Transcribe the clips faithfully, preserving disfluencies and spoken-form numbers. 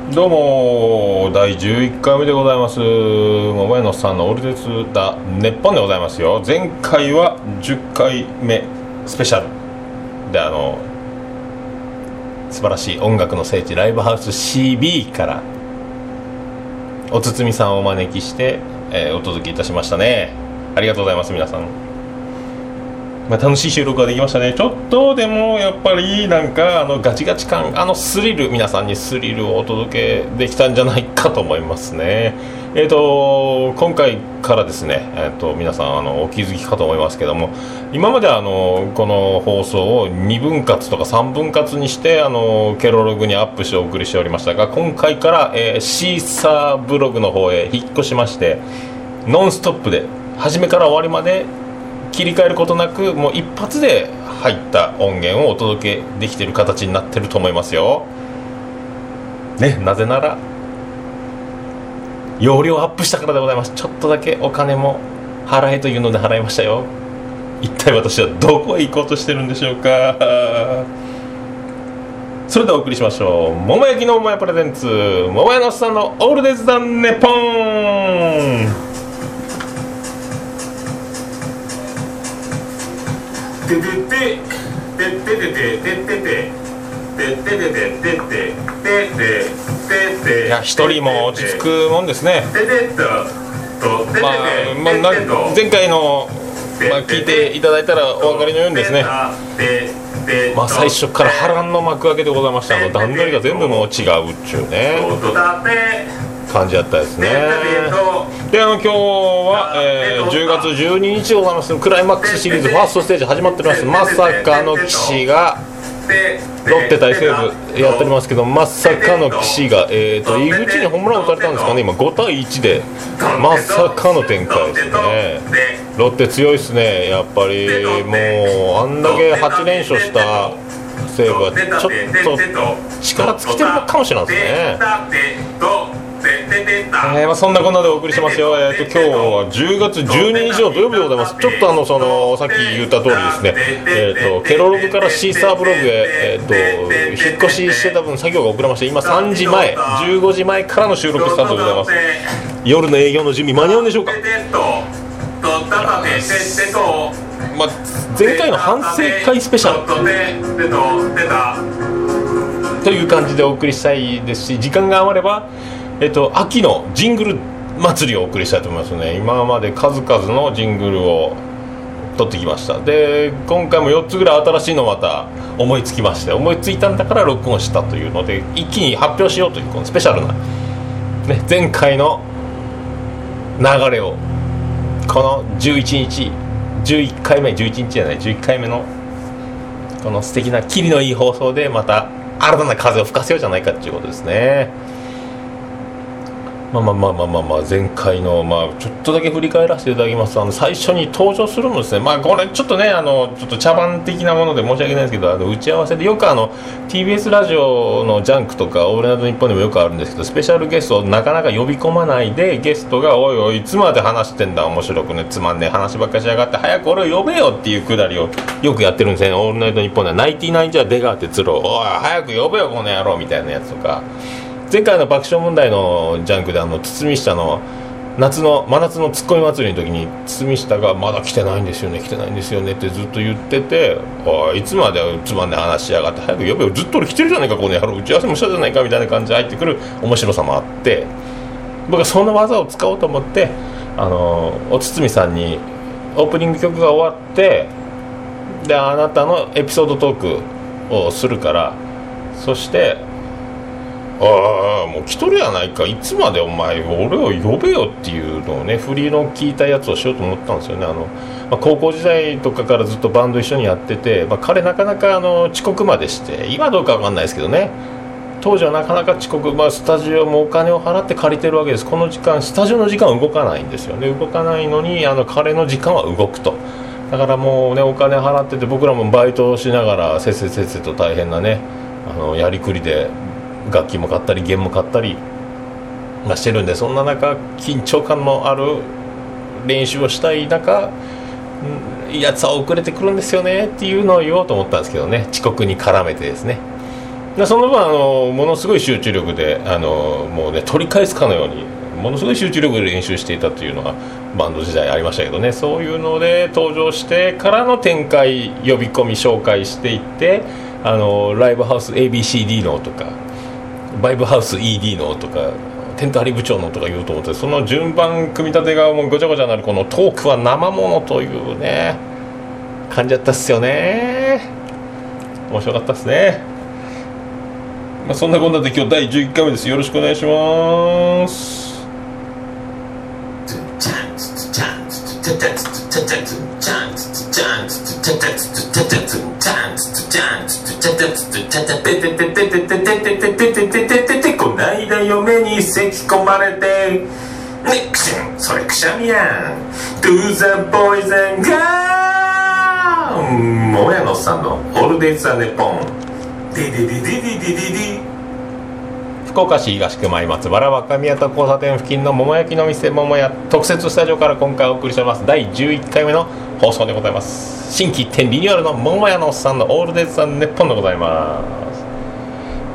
どうもだいじゅういっかいめでございます。桃屋のさんのオールデツだネッポンでございますよ。前回はじゅっかいめスペシャルで、あの素晴らしい音楽の聖地ライブハウス シービー からおつつみさんをお招きして、えー、お届けいたしましたね。ありがとうございます皆さん。まあ、楽しい収録ができましたね。ちょっとでもやっぱりなんかあのガチガチ感、あのスリル、皆さんにスリルをお届けできたんじゃないかと思いますね。えーと今回からですね、えーと皆さんあのお気づきかと思いますけども、今まであのこの放送をにぶん割とかさんぶん割にしてあのケロログにアップしてお送りしておりましたが、今回から、えー、シーサーブログの方へ引っ越しまして、ノンストップで初めから終わりまで切り替えることなく、もう一発で入った音源をお届けできている形になっていると思いますよ、ね、なぜなら容量アップしたからでございます。ちょっとだけお金も払えというので払いましたよ。一体私はどこへ行こうとしてるんでしょうか。それではお送りしましょう。桃焼きの桃屋プレゼンツ桃屋のおっさんのオールデイズだネポン。 ててててててててててててて、 いや、一人も落ち着くもんですね。まあ、まあ、前回の、まあ、聞いていただいたらお分かりのようにですね、まあ、最初から波乱の幕開けでございました。あの段取りが全部もう違うっちゅうね感じだったですね。で、あの今日は、えー、じゅうがつじゅうににちでございます。クライマックスシリーズファーストステージ始まっております。まさかの騎士がロッテ対西武やっておりますけど、まさかの騎士が、えー、と井口にホームラン打たれたんですかね。今ごたいいちでまさかの展開ですね。ロッテ強いですね。やっぱりもうあんだけはちれんしょした西武はちょっと力尽きてるのかもしれないですね。えーまあ、そんなこんなでお送りしますよ。えー、と今日はじゅうがつじゅうににちの土曜日でございます。ちょっとあのそのさっき言った通りですね、えー、とケロログからシーサーブログへ、えー、と引っ越ししてた分作業が遅れまして、今さんじまえじゅうごじまえからの収録スタートでございます。夜の営業の準備間に合うんでしょうか。まあ、前回の反省会スペシャルという感じでお送りしたいですし、時間が余ればえっと、秋のジングル祭りをお送りしたいと思いますね。今まで数々のジングルを撮ってきました。で、今回もよっつぐらい新しいのまた思いつきまして、思いついたんだから録音したというので一気に発表しようというこのスペシャルな、ね、前回の流れをこのじゅういちにちじゅういっかいめじゅういちにちじゃないじゅういっかいめのこの素敵なキリのいい放送でまた新たな風を吹かせようじゃないかということですね。まあまあまあまあまあ、まあ、前回の、まあ、ちょっとだけ振り返らせていただきますと、あの最初に登場するのですね、まあこれちょっとね、あのちょっと茶番的なもので申し訳ないですけど、あの打ち合わせでよくあの ティービーエス ラジオのジャンクとかオールナイトニッポンでもよくあるんですけど、スペシャルゲストをなかなか呼び込まないで、ゲストがおいおいいつまで話してんだ、面白くねつまんねえ話ばっかりしやがって、早く俺を呼べよっていうくだりをよくやってるんですね。オールナイトニッポンではナインティナインじゃ出川哲郎、おい早く呼べよこの野郎みたいなやつとか、前回の爆笑問題のジャンクであの堤下の夏の真夏のツッコミ祭りの時に堤下がまだ来てないんですよね来てないんですよねってずっと言ってて、おいいつまでつまんで話しやがって早く呼べよ、ずっと俺来てるじゃないかこの野郎、打ち合わせもしたじゃないかみたいな感じで入ってくる面白さもあって、僕はその技を使おうと思ってあのお堤さんにオープニング曲が終わって、であなたのエピソードトークをするから、そしてああもう来とるやないか、いつまでお前俺を呼べよっていうのをね、フリーの聞いたやつをしようと思ったんですよね。あの、まあ、高校時代とかからずっとバンド一緒にやってて、まあ、彼なかなかあの遅刻までして、今どうかわかんないですけどね、当時はなかなか遅刻、まあ、スタジオもお金を払って借りてるわけです。この時間スタジオの時間は動かないんですよね。動かないのにあの彼の時間は動くと。だからもうねお金払ってて、僕らもバイトをしながらせっせせっせと大変なねあのやりくりで楽器も買ったり弦も買ったり、まあ、してるんで、そんな中緊張感のある練習をしたい中、やつは遅れてくるんですよねっていうのを言おうと思ったんですけどね、遅刻に絡めてですね、 でその分あのものすごい集中力であのもうね取り返すかのようにものすごい集中力で練習していたというのがバンド時代ありましたけどね、そういうので登場してからの展開呼び込み紹介していって、あのライブハウス エービーシーディー のとかバイブハウス イーディー のとかテント張り部長のとか言うと思って、その順番組み立てがもうごちゃごちゃになるこのトークは生ものというね感じだったっすよね。面白かったっすね。まあ、そんなこんなで今日だいじゅういっかいめです。よろしくお願いします。 こないだ嫁に咳込まれてねくしゅんそれくしゃみやん Do the boys and girls もやのさんのオールデイズ・ザ・ネッポンディディディディディディディディ。 福岡市東区前松原若宮と交差点付近の桃焼きの店桃屋特設スタジオから今回お送りしておりますだいじゅういっかいめの放送でございます。新規一点リニューアルの桃屋のおっさんのオールデイズ・ザ・ネッポンでございます。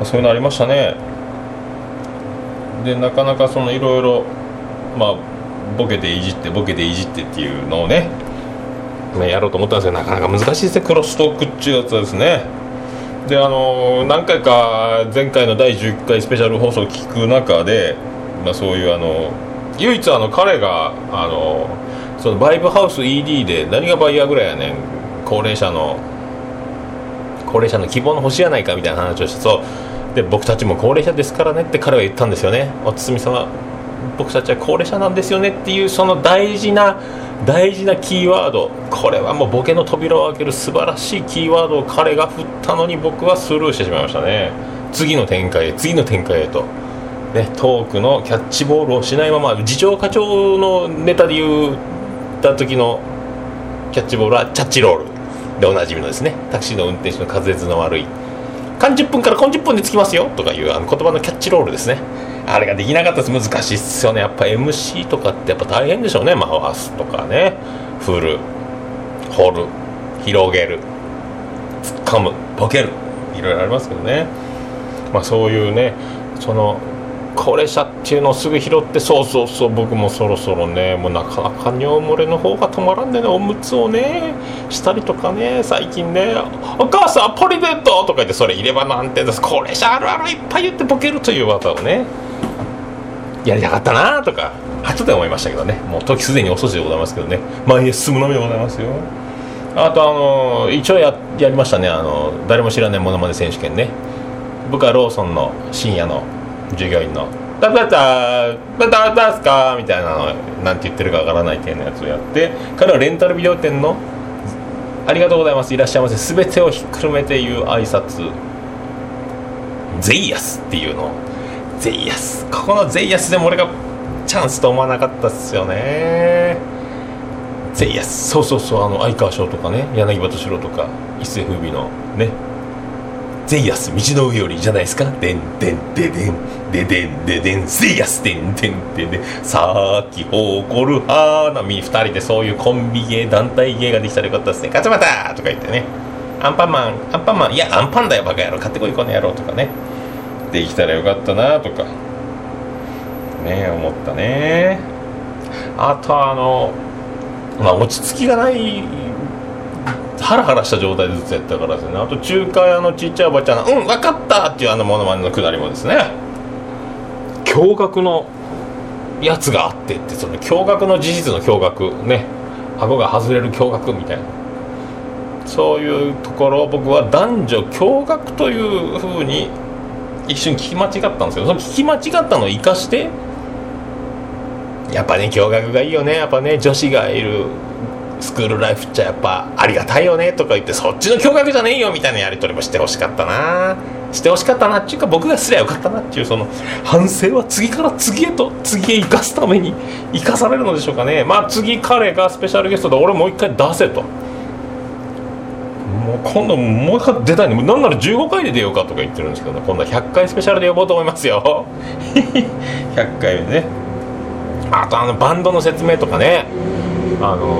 そういうのありましたね。でなかなかそのいろいろまあボケていじってボケていじってっていうのをねやろうと思ったんですけど、なかなか難しいですね、クロストークっていうやつはですね。であの何回か前回のだいじゅういっかいスペシャル放送を聞く中で、まあ、そういうあの唯一あの彼があのそのバイブハウス イーディー で何がバイヤーぐらいやねん高齢者の高齢者の希望の星やないかみたいな話をして、そうで僕たちも高齢者ですからねって彼は言ったんですよね。おつみ様僕たちは高齢者なんですよねっていうその大事な大事なキーワード、これはもうボケの扉を開ける素晴らしいキーワードを彼が振ったのに僕はスルーしてしまいましたね。次の展開へ次の展開へと、ね、トークのキャッチボールをしないまま次長課長のネタで言った時のキャッチボールはチャッチロールでおなじみのですね、タクシーの運転手の滑舌の悪いかんじゅっぷんからこんじゅっぷんで着きますよとかいうあの言葉のキャッチロールですね。あれができなかったです。難しいっすよね。やっぱ エムシー とかってやっぱ大変でしょうね。回すとかね、振る、掘る、広げる、突っ込む、ボケる、いろいろありますけどね。まあそういうね、その高齢者っていうのをすぐ拾って、そうそうそう、僕もそろそろね、もうなかなか尿漏れの方が止まらんでね、おむつをねしたりとかね、最近ね、お母さんポリデットとか言って、それ入れ歯の安定です、高齢者あるあるいっぱい言ってボケるという技をねやりたかったなとか後で思いましたけどね、もう時すでに遅しでございますけどね、前へ進むのみでございますよ。あとあの一応 や, やりましたね、あの誰も知らないモノマネ選手権ね。僕はローソンの深夜の従業員のダダダダダダスカみたいなのなんて言ってるかわからない系のやつをやって、彼はレンタルビデオ店のありがとうございますいらっしゃいませすべてをひっくるめて言う挨拶ゼイヤスっていうのをゼイヤス、ここのゼイヤスでも俺がチャンスと思わなかったっすよね。ゼイヤス、そうそうそう、あの相川翔とかね、柳葉敏郎とか一世風靡のねゼイヤス道の上よりじゃないですか。でんでんででんででんででんゼイヤスでんでんででんさっき誇る花見ふたりでそういうコンビ芸団体芸ができたらよかったですね。勝ちまたとか言ってね、アンパンマンアンパンマンいやアンパンだよバカ野郎買ってこいこの野郎とかねできたらよかったなとかね思ったね。あとはあのまあ落ち着きがないハラハラした状態でずっとやったからですね。あと中華屋のちっちゃいおばちゃんがうん分かったっていうあのモノマネのくだりもですね、驚愕のやつがあってって、その驚愕の事実の驚愕ね、顎が外れる驚愕みたいな、そういうところを僕は男女驚愕という風に一瞬聞き間違ったんですけど、その聞き間違ったのを生かしてやっぱね驚愕がいいよね、やっぱね女子がいるスクールライフっちゃやっぱありがたいよねとか言って、そっちの驚愕じゃねえよみたいなやり取りもしてほしかったなしてほしかったなっていうか、僕がすりゃよかったなっていう、その反省は次から次へと次へ生かすために生かされるのでしょうかね。まあ次彼がスペシャルゲストで俺もう一回出せと、もう今度もう一回出たいの、なんならじゅうごかいで出ようかとか言ってるんですけどね、今度はひゃっかいスペシャルで呼ぼうと思いますよひゃっかいめね。あとあのバンドの説明とかね、あの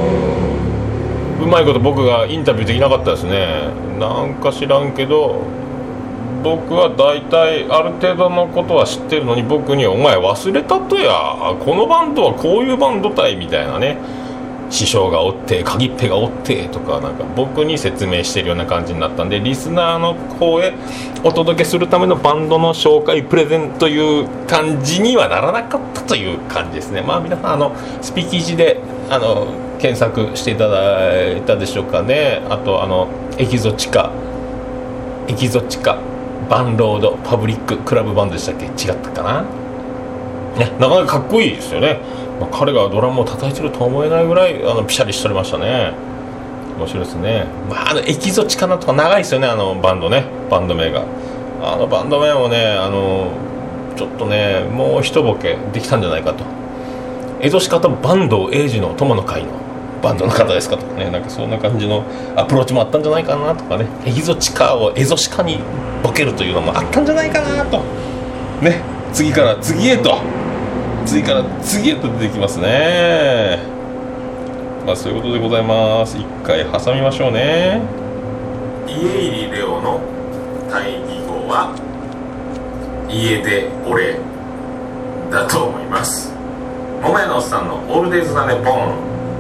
ー、うまいこと僕がインタビューできなかったですね。なんか知らんけど僕は大体ある程度のことは知ってるのに、僕にお前忘れたとや、このバンドはこういうバンド体みたいなね、師匠がおって鍵っぺがおってとか、なんか僕に説明してるような感じになったんで、リスナーの方へお届けするためのバンドの紹介プレゼンという感じにはならなかったという感じですね。まあ皆さんあのスピキジであの検索していただいたでしょうかね。あとあのエキゾチカエキゾチカバンロードパブリッククラブバンドでしたっけ、違ったかな、ね、なかなかかっこいいですよね。まあ、彼がドラムを叩いてるとは思えないぐらいあのピシャリしておりましたね。面白いですね。まあ、あのエキゾチカなとか長いですよね、あのバンドね、バンド名が。あのバンド名もね、あのちょっとね、もう一ボケできたんじゃないかと。エゾシカとバンドエイジの友の会のバンドの方ですかとかね、なんかそんな感じのアプローチもあったんじゃないかなとかね、エキゾチカをエゾシカにボケるというのもあったんじゃないかなとね、次から次へと次から次へと出てきますね。まあそういうことでございます。一回挟みましょうね。 家入レオの対義語は家で俺だと思います。桃屋のおっさんのオールデイズだねポン。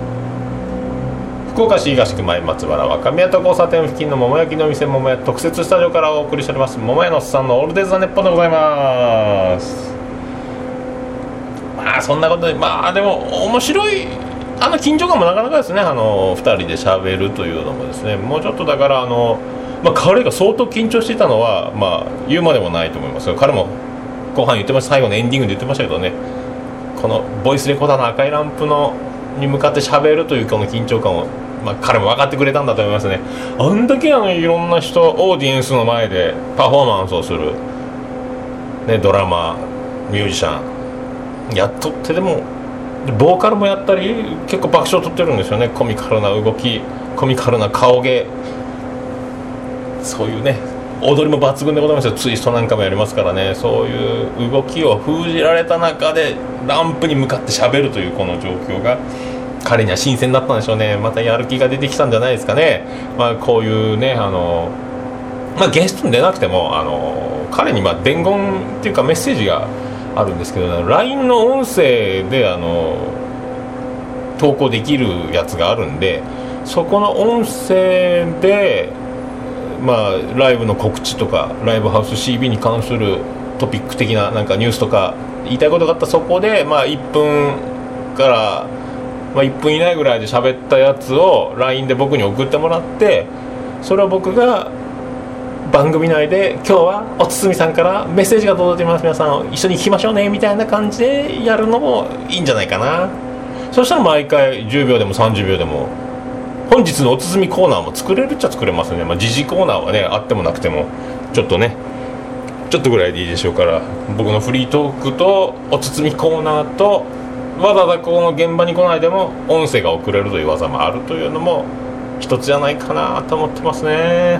福岡市東区前松原若宮と交差点付近の桃焼きの店桃屋特設スタジオからお送りしております桃屋のおっさんのオールデイズだねポンでございます。まあそんなことで、まあでも面白いあの緊張感もなかなかですね。あのふたりで喋るというのもですね、もうちょっとだからあの、まあ、彼が相当緊張していたのはまあ言うまでもないと思いますよ。彼も後半言ってました、最後のエンディングで言ってましたけどね、このボイスレコーダーの赤いランプのに向かって喋るというこの緊張感を、まあ、彼も分かってくれたんだと思いますね。あんだけあのいろんな人オーディエンスの前でパフォーマンスをする、ね、ドラマーミュージシャンやっとってでもボーカルもやったり結構爆笑を取ってるんですよね。コミカルな動き、コミカルな顔芸、そういうね踊りも抜群でございますよ。ツイストなんかもやりますからね。そういう動きを封じられた中でランプに向かって喋るというこの状況が彼には新鮮だったんでしょうね。またやる気が出てきたんじゃないですかね。まあ、こういうねあの、まあ、ゲストに出なくてもあの彼にまあ伝言っていうかメッセージがあるんですけど、ライン の音声であの投稿できるやつがあるんで、そこの音声でまあライブの告知とかライブハウス シービー に関するトピック的ななんかニュースとか言いたいことがあったらそこでまあいっぷんからまあいっぷん以内ぐらいで喋ったやつを ライン で僕に送ってもらって、それを僕が番組内で今日はおつつみさんからメッセージが届いています、皆さん一緒に聞きましょうねみたいな感じでやるのもいいんじゃないかな。そしたら毎回じゅうびょうでもさんじゅうびょうでも本日のおつつみコーナーも作れるっちゃ作れますね。まあ時事コーナーはねあってもなくてもちょっとねちょっとぐらいでいいでしょうから、僕のフリートークとおつつみコーナーとわざわざこの現場に来ないでも音声が送れるという技もあるというのも一つじゃないかなと思ってますね。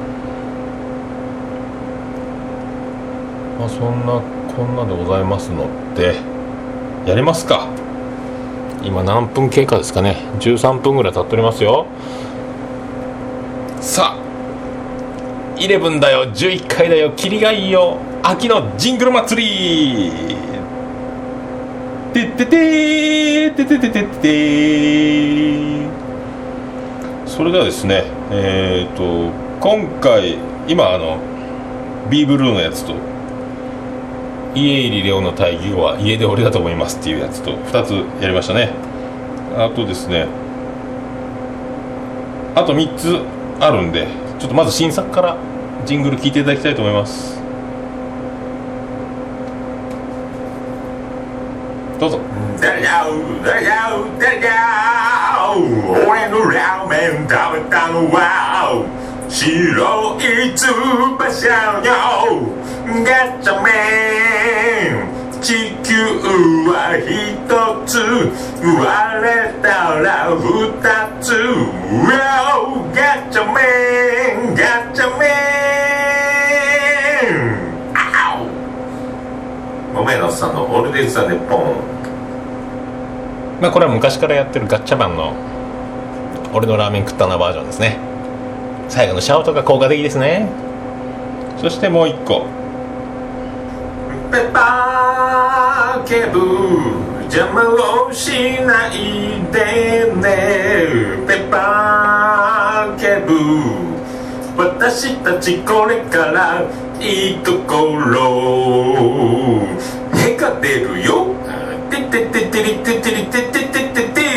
まあ、そんなこんなでございますのでやりますか。今何分経過ですかね。じゅうさんぷんぐらい経っておりますよ。さあじゅういちだよ、じゅういっかいだよ、キリがいいよ、秋のジングル祭りてっててーててててててー。それではですね、えーと今回今あの B ブルーのやつと家入レオの対義語は家で俺だと思いますっていうやつとふたつやりましたね。あとですねあとみっつあるんで、ちょっとまず新作からジングル聴いていただきたいと思います。どうぞ。 誰だ誰だ誰だ俺のラーメン食べたのは白い翼のガチャメン。地球は一つ割れたら二つ。ガチャメンガチャメン。あお桃屋のおっさんのオールデイズ・ザ・ネッポン。 まあこれは昔からやってるガッチャマンの俺のラーメン食ったなバージョンですね。最後のシャウトが効果的ですね。 そしてもう一個ペパーケブ邪魔をしないでねペパーケブ私たちこれからいいところへが出るよててててりててりててててて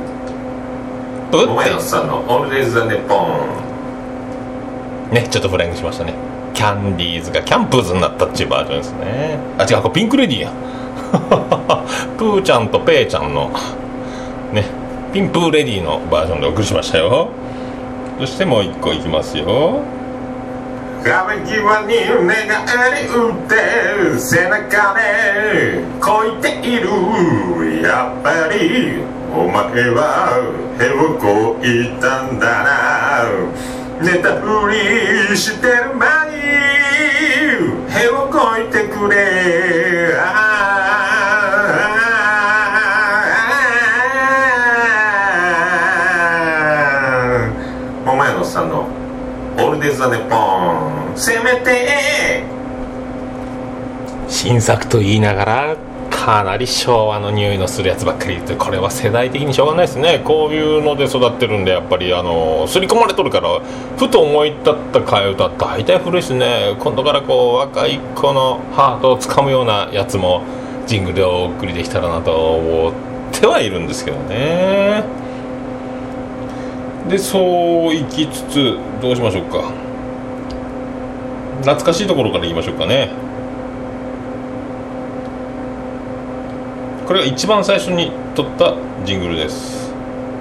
桃屋さんのオールデイズ・ザ・ネッポンね、ちょっとフライングしましたね。キャンディーズがキャンプーズになったっていうバージョンですね。あ、違う、これピンクレディーやプーちゃんとペイちゃんのね、ピンプーレディーのバージョンでお送りしましたよ。そしてもう一個いきますよ。 壁際に目がえり打って背中でこいているやっぱりお前はへをこいたんだな寝たふりしてる間にへをこいてくれ桃屋のさんのオールデイズ・ザ・ネッポンせめて新作と言いながらかなり昭和の匂いのするやつばっかり言って、これは世代的にしょうがないですね。こういうので育ってるんでやっぱりあの刷り込まれとるから、ふと思い立った替え歌大体古いですね。今度からこう若い子のハートをつかむようなやつもジングルでお送りできたらなと思ってはいるんですけどね。でそういきつつどうしましょうか。懐かしいところからいきましょうかね。これが一番最初に撮ったジングルです。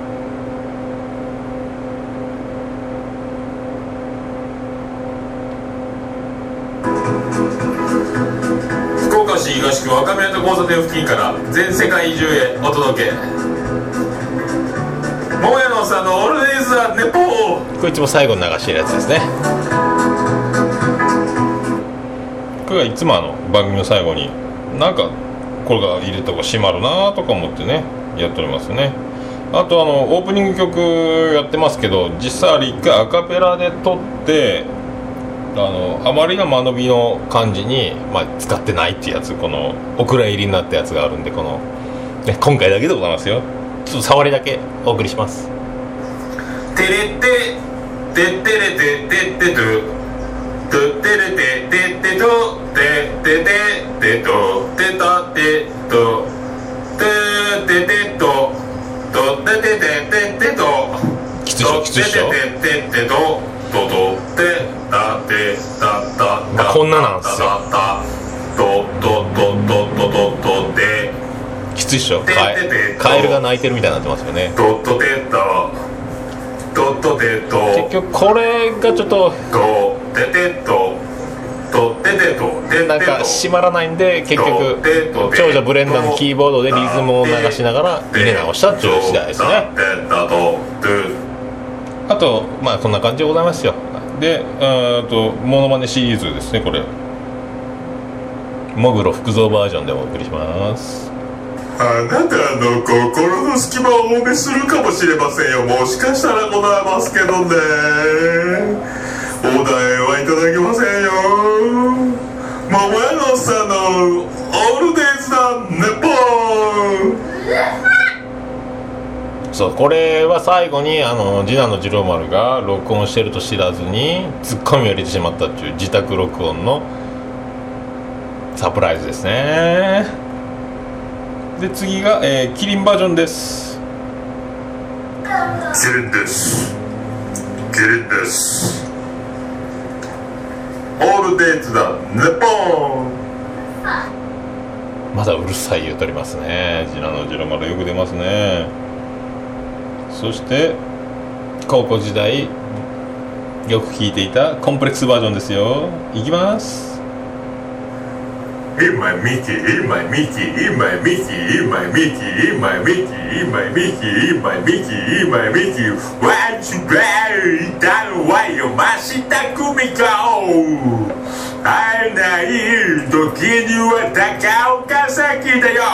福岡市東区若宮と交差点付近から全世界中へお届け桃屋のさんのオールデイズ・ザ・ネポー。 これいつも最後に流してるやつですね。これがいつもあの番組の最後になんかこれが入れた方が締まるなとか思ってねやっておりますね。あとあのオープニング曲やってますけど、実際あれ一回アカペラで撮ってあのあまりの間延びの感じに、まあ、使ってないっていうやつ、このお蔵入りになったやつがあるんで、この、ね、今回だけでございますよ。ちょっと触りだけお送りします。 テレテテテレテテテトトテレテテテトテテテテトテタテトテテテトトテテテテトきついっしょきついっしょ。 テテテテトトトテタテタタまあこんななんすよ。 トトトトトトトテきついっしょ。カエ、カエルが鳴いてるみたいになってますよね。 トトテトトトテト結局これがちょっとトテテトトテテトテテトなんか締まらないんで、結局長女ブレンダーのキーボードでリズムを流しながら入れ直したっていう次第ですね。あとまあこんな感じでございますよ。で、あとモノマネシリーズですね。これモグロ福蔵バージョンでお送りします。 あなたの心の隙間をおめするかもしれませんよ。もしかしたらございますけどね。お題はいただけませんよ。桃屋のさんのオールデイズ・ザ・ネポー。 そう、これは最後にあの次男の次郎丸が録音してると知らずにツッコミを入れてしまったっていう自宅録音のサプライズですね。で次が、えー、キリンバージョンです。 キリンですキリンですオールデイズ・ザ・ネポー。 まだうるさい言うとりますね。次男の次郎丸よく出ますね。そして高校時代よく聴いていたコンプレックスバージョンですよ。いきます。 In my Mickey, in my Mickey, in my Mickey, in my Mickey, in my Mickey, in my Mickey, in my Mickey, in my Mickey. What you got? だろわよ、ましたくみこ。会えない時には高岡崎だよ。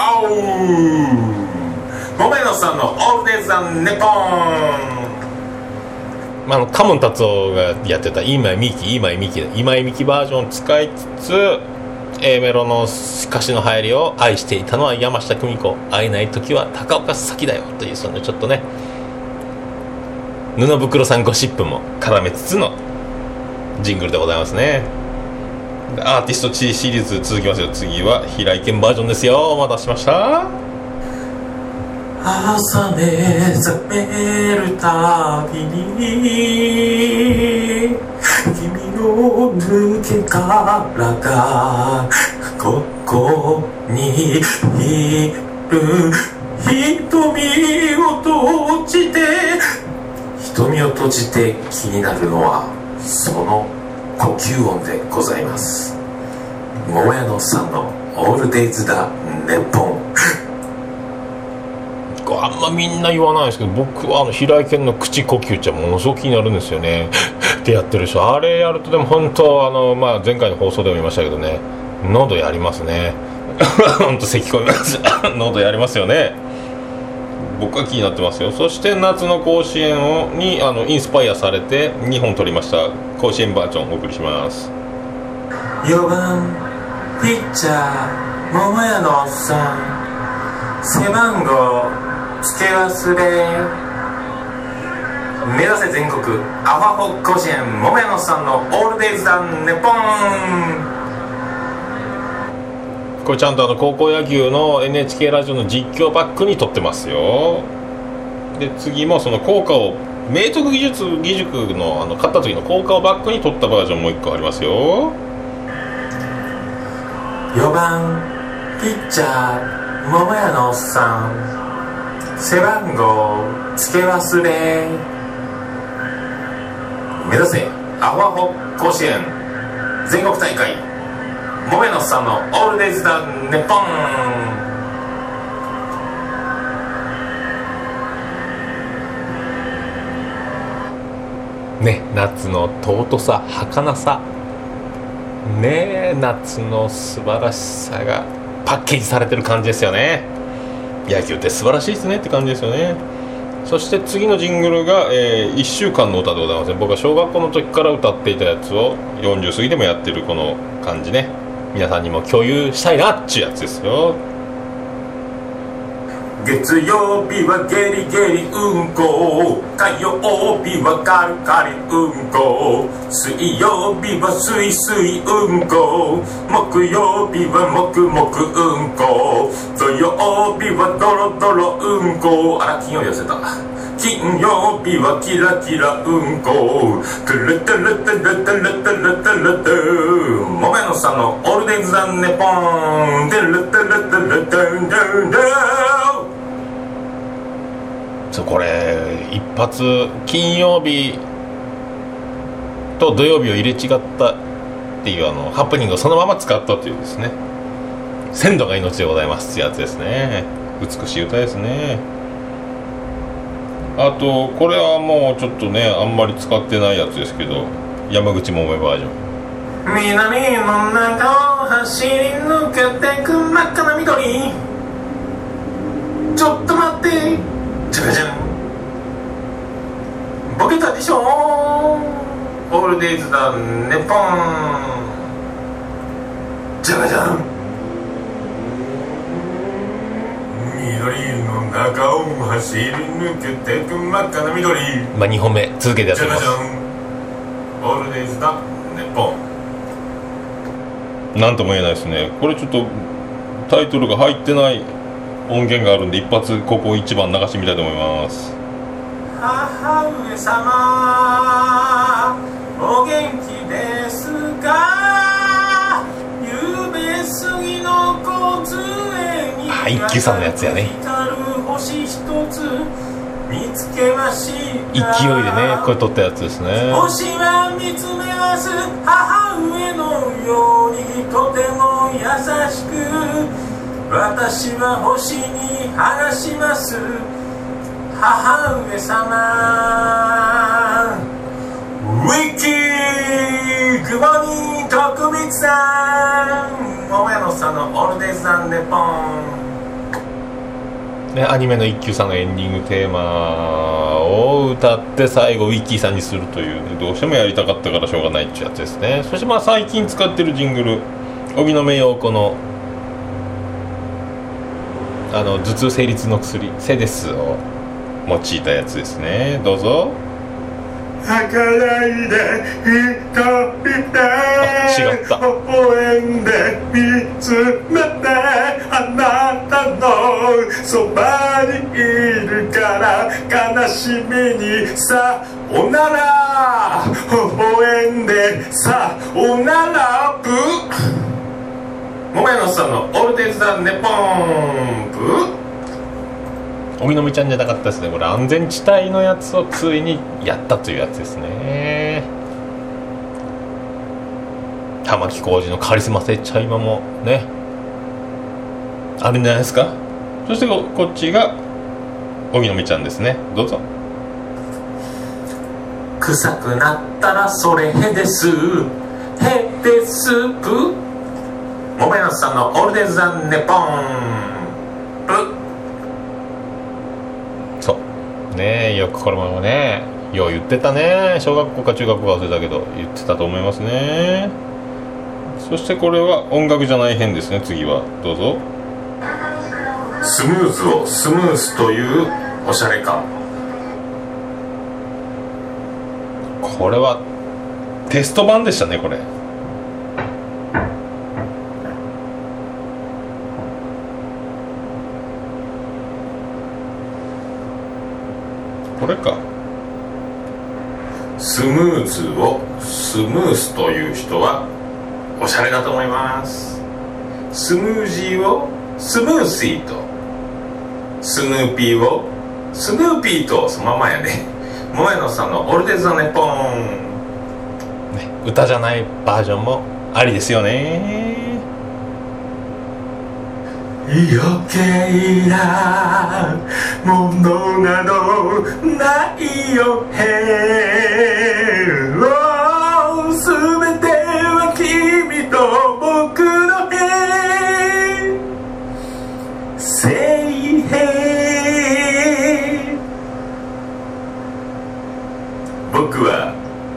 桃屋のさんのオールデイズ・ザ・ネポン。 まあ、あのカモン達夫がやってた今井美樹今井美樹今井美樹バージョンを使いつつ A メロの歌詞の入りを愛していたのは山下久美子会えない時は高岡早紀だよというそのちょっとね布袋さんゴシップも絡めつつのジングルでございますね。アーティストシリーズ続きますよ。次は平井堅バージョンですよ。お待たせしました。 朝目覚めるたびに君の抜け殻がここにいる。瞳を閉じて瞳を閉じて気になるのはその呼吸音でございます。桃屋のさんのオールデイズだネッポン。 あんまみんな言わないですけど僕はあの平井堅の口呼吸ってものすごく気になるんですよねってやってる人あれやるとでも本当あの、まあ、前回の放送でも言いましたけどね喉やりますね本当咳込みます喉やりますよね。僕は気になってますよ。そして夏の甲子園をにあのインスパイアされてにほん取りました甲子園バージョンをお送りします。 よばんピッチャー桃屋のおっさん背番号付け忘れ目指せ全国アファホ甲子園桃屋のおっさんのオールデイズだネポン。 これちゃんとあの高校野球の エヌエイチケー ラジオの実況バックに撮ってますよ。で次もその効果を明徳義塾義塾のあの勝った時の効果をバックに撮ったバージョンもう一個ありますよ。 よばんピッチャー桃屋のおっさん背番号付け忘れ目指せアファホ甲子園全国大会桃屋のおっさんのオールデイズだネポン。 ね、夏の尊さ儚さねえ夏の素晴らしさがパッケージされてる感じですよね。野球って素晴らしいですねって感じですよね。そして次のジングルが、えー、いっしゅうかんの歌でございますね。僕は小学校の時から歌っていたやつをよんじゅう過ぎでもやってるこの感じね皆さんにも共有したいなっちゅうやつですよ。 月曜日はゲリゲリうんこ火曜日はカリカリうんこ水曜日はスイスイうんこ木曜日はもくもくうんこ土曜日はドロドロうんこあら金曜日忘れた金曜日はキラキラうんこトゥルトゥルトゥルトゥルトゥルトゥルトゥもめのさんのオールデイズだネポントゥルトゥルトゥルトゥルトゥルそうこれ一発金曜日と土曜日を入れ違ったっていうあのハプニングをそのまま使ったというですね鮮度が命でございますってやつですね。美しい歌ですね。あとこれはもうちょっとねあんまり使ってないやつですけど山口百恵バージョン南の中を走り抜けてく真っ赤な緑ちょっと待ってじゃがじゃんボケたでしょオールデイズだネポンじゃがじゃん緑の中を走り抜けてく真っ赤な緑まあにほんめ続けてやってます。 じゃがじゃんオールデイズだネポンなんとも言えないですね。これちょっとタイトルが入ってない音源があるんで一発ここ一番流してみたいと思います。 母上様お元気ですかゆうべ過ぎの小杖にあ一休さんのやつやね光る星一つ見つけました勢いでねこれ撮ったやつですね。 星は見つめます母上のようにとても優しく私は星に話します母上様ウィッキーグモニー徳光さん桃屋のさんのオールデイズ・ザ・ネポンね、アニメの一休さんのエンディングテーマを歌って最後ウィッキーさんにするという、ね、どうしてもやりたかったからしょうがないっていうやつですね。そしてまあ最近使ってるジングル、荻野目洋子のあの頭痛生理痛の薬セデスを用いたやつですね。どうぞ。 儚いで一人で違った微笑んで見つめて、あなたのそばにいるから悲しみにさおなら、微笑んでさおならブ桃屋のさんのオールデイズ・ザ・ネポンプ。 荻野目ちゃんじゃなかったですね。これ安全地帯のやつをついにやったというやつですね。玉置浩二のカリスマ性茶今もねあるんじゃないですか。そして こ, こっちが荻野目ちゃんですね。どうぞ。 臭くなったらそれへですへですぷ。桃屋のさんのオールデイズ・ザ・ネポンプ。 ねえ、よくこれもねよう言ってたね。小学校か中学校か忘れたけど言ってたと思いますね。そしてこれは音楽じゃない編ですね。次はどうぞ。 スムーズをスムースというおしゃれ感。 これはテスト版でしたね。これこれか。 スムーズをスムースという人はおしゃれだと思います。スムージーをスムーシーと、スヌーピーをスヌーピーと、そのままやね。桃屋のさんのオールデイズ・ザ・ネポン、 ね、歌じゃないバージョンもありですよね。 余計なものなどないよへお、すべては君と僕のへSay hey。 僕は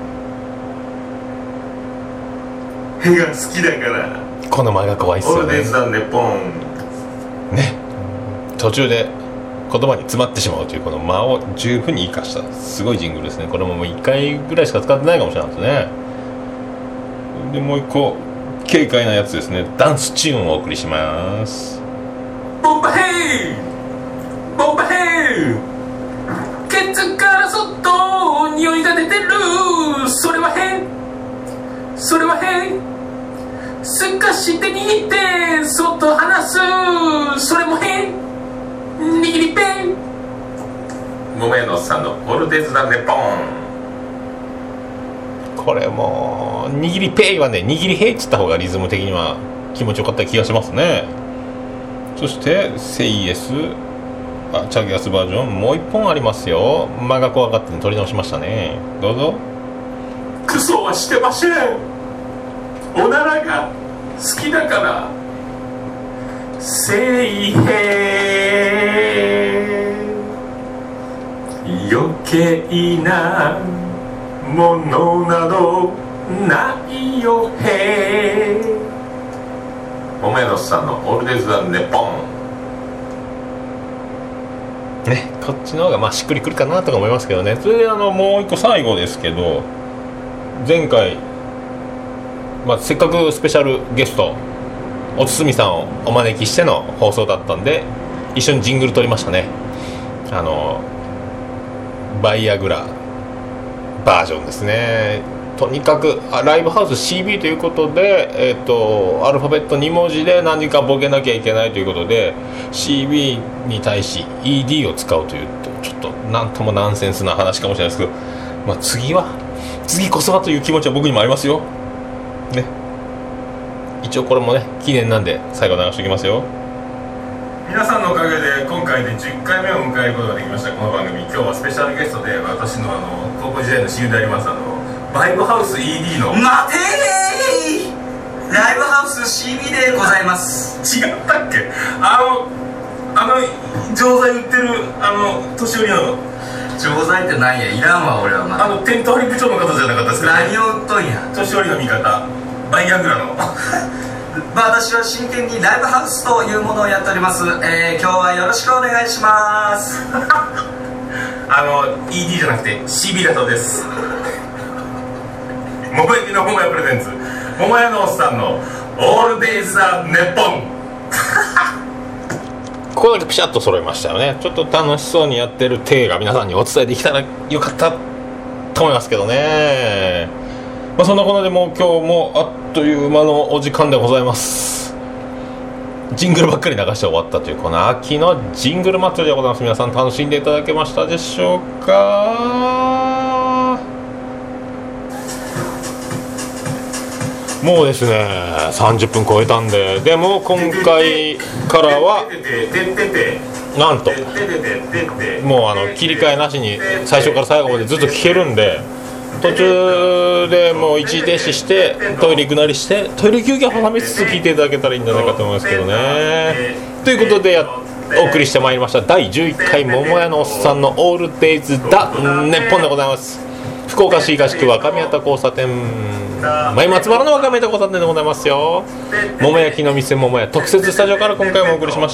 へが好きだからこの前が怖いっすよね。 オールデイズ・ザ・ネポンね、途中で言葉に詰まってしまうというこの間を十分に生かしたすごいジングルですね。これももういっかいぐらいしか使ってないかもしれないですね。でもう一個軽快なやつですね。ダンスチューンをお送りします。 ボンバヘイボンバヘイ、ケツからそっと匂いが出てる、それは変それは変、すかして握ってそっと離す、それも変、握りペン。桃屋のさんのオールデイズ・ザ・ネポン。 これも握りペイはね、握りヘイっつった方がリズム的には気持ちよかった気がしますね。そしてセイエス、あチャゲアスバージョンもう一本ありますよ。間が怖がって取り直しましたね。どうぞ。 クソはしてません、おならが好きだから。せいへ余計なものなどないよへ。桃屋のさんのオールデイズ・ザ・ネポンね、こっちの方がまあしっくりくるかなとか思いますけどね。それであのもう一個最後ですけど、前回まあ、せっかくスペシャルゲストおつすみさんをお招きしての放送だったんで一緒にジングル撮りましたね。あのバイアグラバージョンですね。とにかくライブハウス シービー ということで、えー、とアルファベットに文字で何かボケなきゃいけないということで シービー に対し イーディー を使うというちょっとなんともナンセンスな話かもしれないですけど、まあ、次は次こそはという気持ちは僕にもありますよね。一応これもね記念なんで最後流しておきますよ。 皆さんのおかげで今回でじゅっかいめを迎えることができました。この番組今日はスペシャルゲストで私のあの高校時代の親友でありますあのバイブハウス イーディー の待てー、ライブハウス シービー でございます。 違ったっけ。あのああの錠剤売ってるあの年寄りの錠剤って何や、いらんわ俺は。まあのテント張り部長の方じゃなかったですか、 何を売っとんや。 年寄りの味方バイアグラのまあ私は真剣にライブハウスというものをやっております。えー、今日はよろしくお願いしますあの イーディー じゃなくて シービー だそうです。桃焼きの桃屋プレゼンツ、桃屋のおっさんのオールデイズ・ザ・ネッポンここだけピシャッと揃いましたよね。ちょっと楽しそうにやってる体が皆さんにお伝えできたらよかったと思いますけどね。まあ、そんなことでもう今日もあっという間のお時間でございます。ジングルばっかり流して終わったというこの秋のジングル祭りでございます。皆さん楽しんでいただけましたでしょうか。もうですねさんじゅっぷん超えたんで、でも今回からはなんともうあの切り替えなしに最初から最後までずっと聴けるんで、途中でもう一時停止してトイレ行くなりしてトイレ休憩を挟みつつ聴いていただけたらいいんじゃないかと思いますけどね。ということでやお送りしてまいりましただいじゅういっかい桃屋のおっさんのオールデイズ・ダ・ネッポンでございます。福岡市東区若宮田交差点前松原の若宮田交差点でございますよ。桃焼きの店桃屋特設スタジオから今回もお送りしました。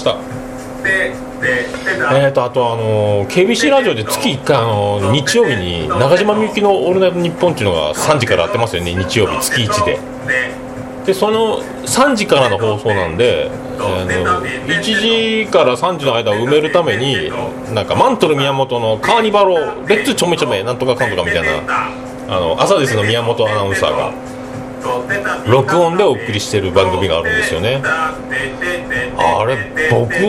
えーとあとあの ケービーシー ラジオで月いっかいあの日曜日に中島みゆきのオールナイトニッポンっていうのがさんじからやってますよね、日曜日月いちで。でそのさんじからの放送なんで、あのいちじからさんじの間を埋めるためになんかマントル宮本のカーニバルレッツちょめちょめなんとかかんとかみたいなあの朝ですの宮本アナウンサーが録音でお送りしてる番組があるんですよね。あれ僕が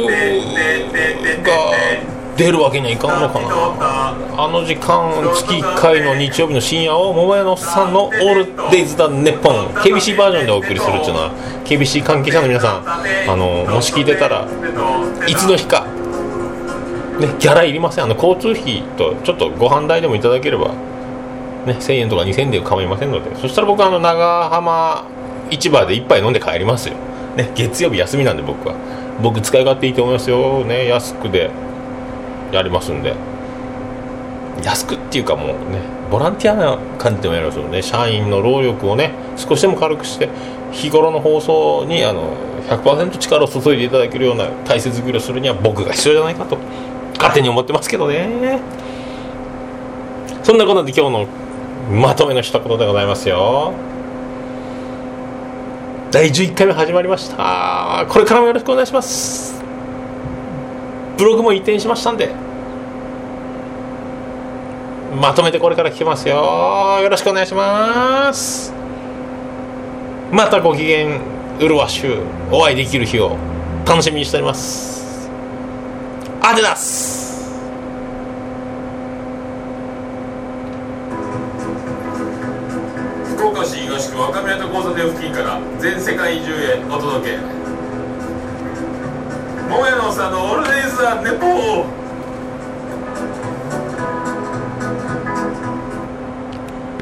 出るわけにはいかんのかな。あの時間月いっかいの日曜日の深夜を桃屋のおっさんのオールデイズ・ザ・ネッポン ケービーシー バージョンでお送りするっていうのは ケービーシー 関係者の皆さんあのもし聞いてたらいつの日か、ね、ギャラいりません。あの交通費とちょっとご飯代でもいただければね、せんえんとかにせんえんで構いませんので、そしたら僕はあの長浜市場で一杯飲んで帰りますよ、ね、月曜日休みなんで僕は僕使い勝手いいと思いますよ、ね、安くでやりますんで。安くっていうかもうねボランティアな感じでもやりますよね。社員の労力をね少しでも軽くして日頃の放送にあの ひゃくパーセント 力を注いでいただけるような体制作りをするには僕が必要じゃないかと勝手に思ってますけどね。そんなことで今日のまとめの一言でございますよ。だいじゅういっかいめ始まりました。これからもよろしくお願いします。ブログも移転しましたんでまとめてこれから聞けますよ。よろしくお願いします。またご機嫌うるわしゅうお会いできる日を楽しみにしております。アデダス。福岡市東区若宮と交差点付近から全世界中へお届け桃屋のおっさんのオールデイズ・ザ・ネポー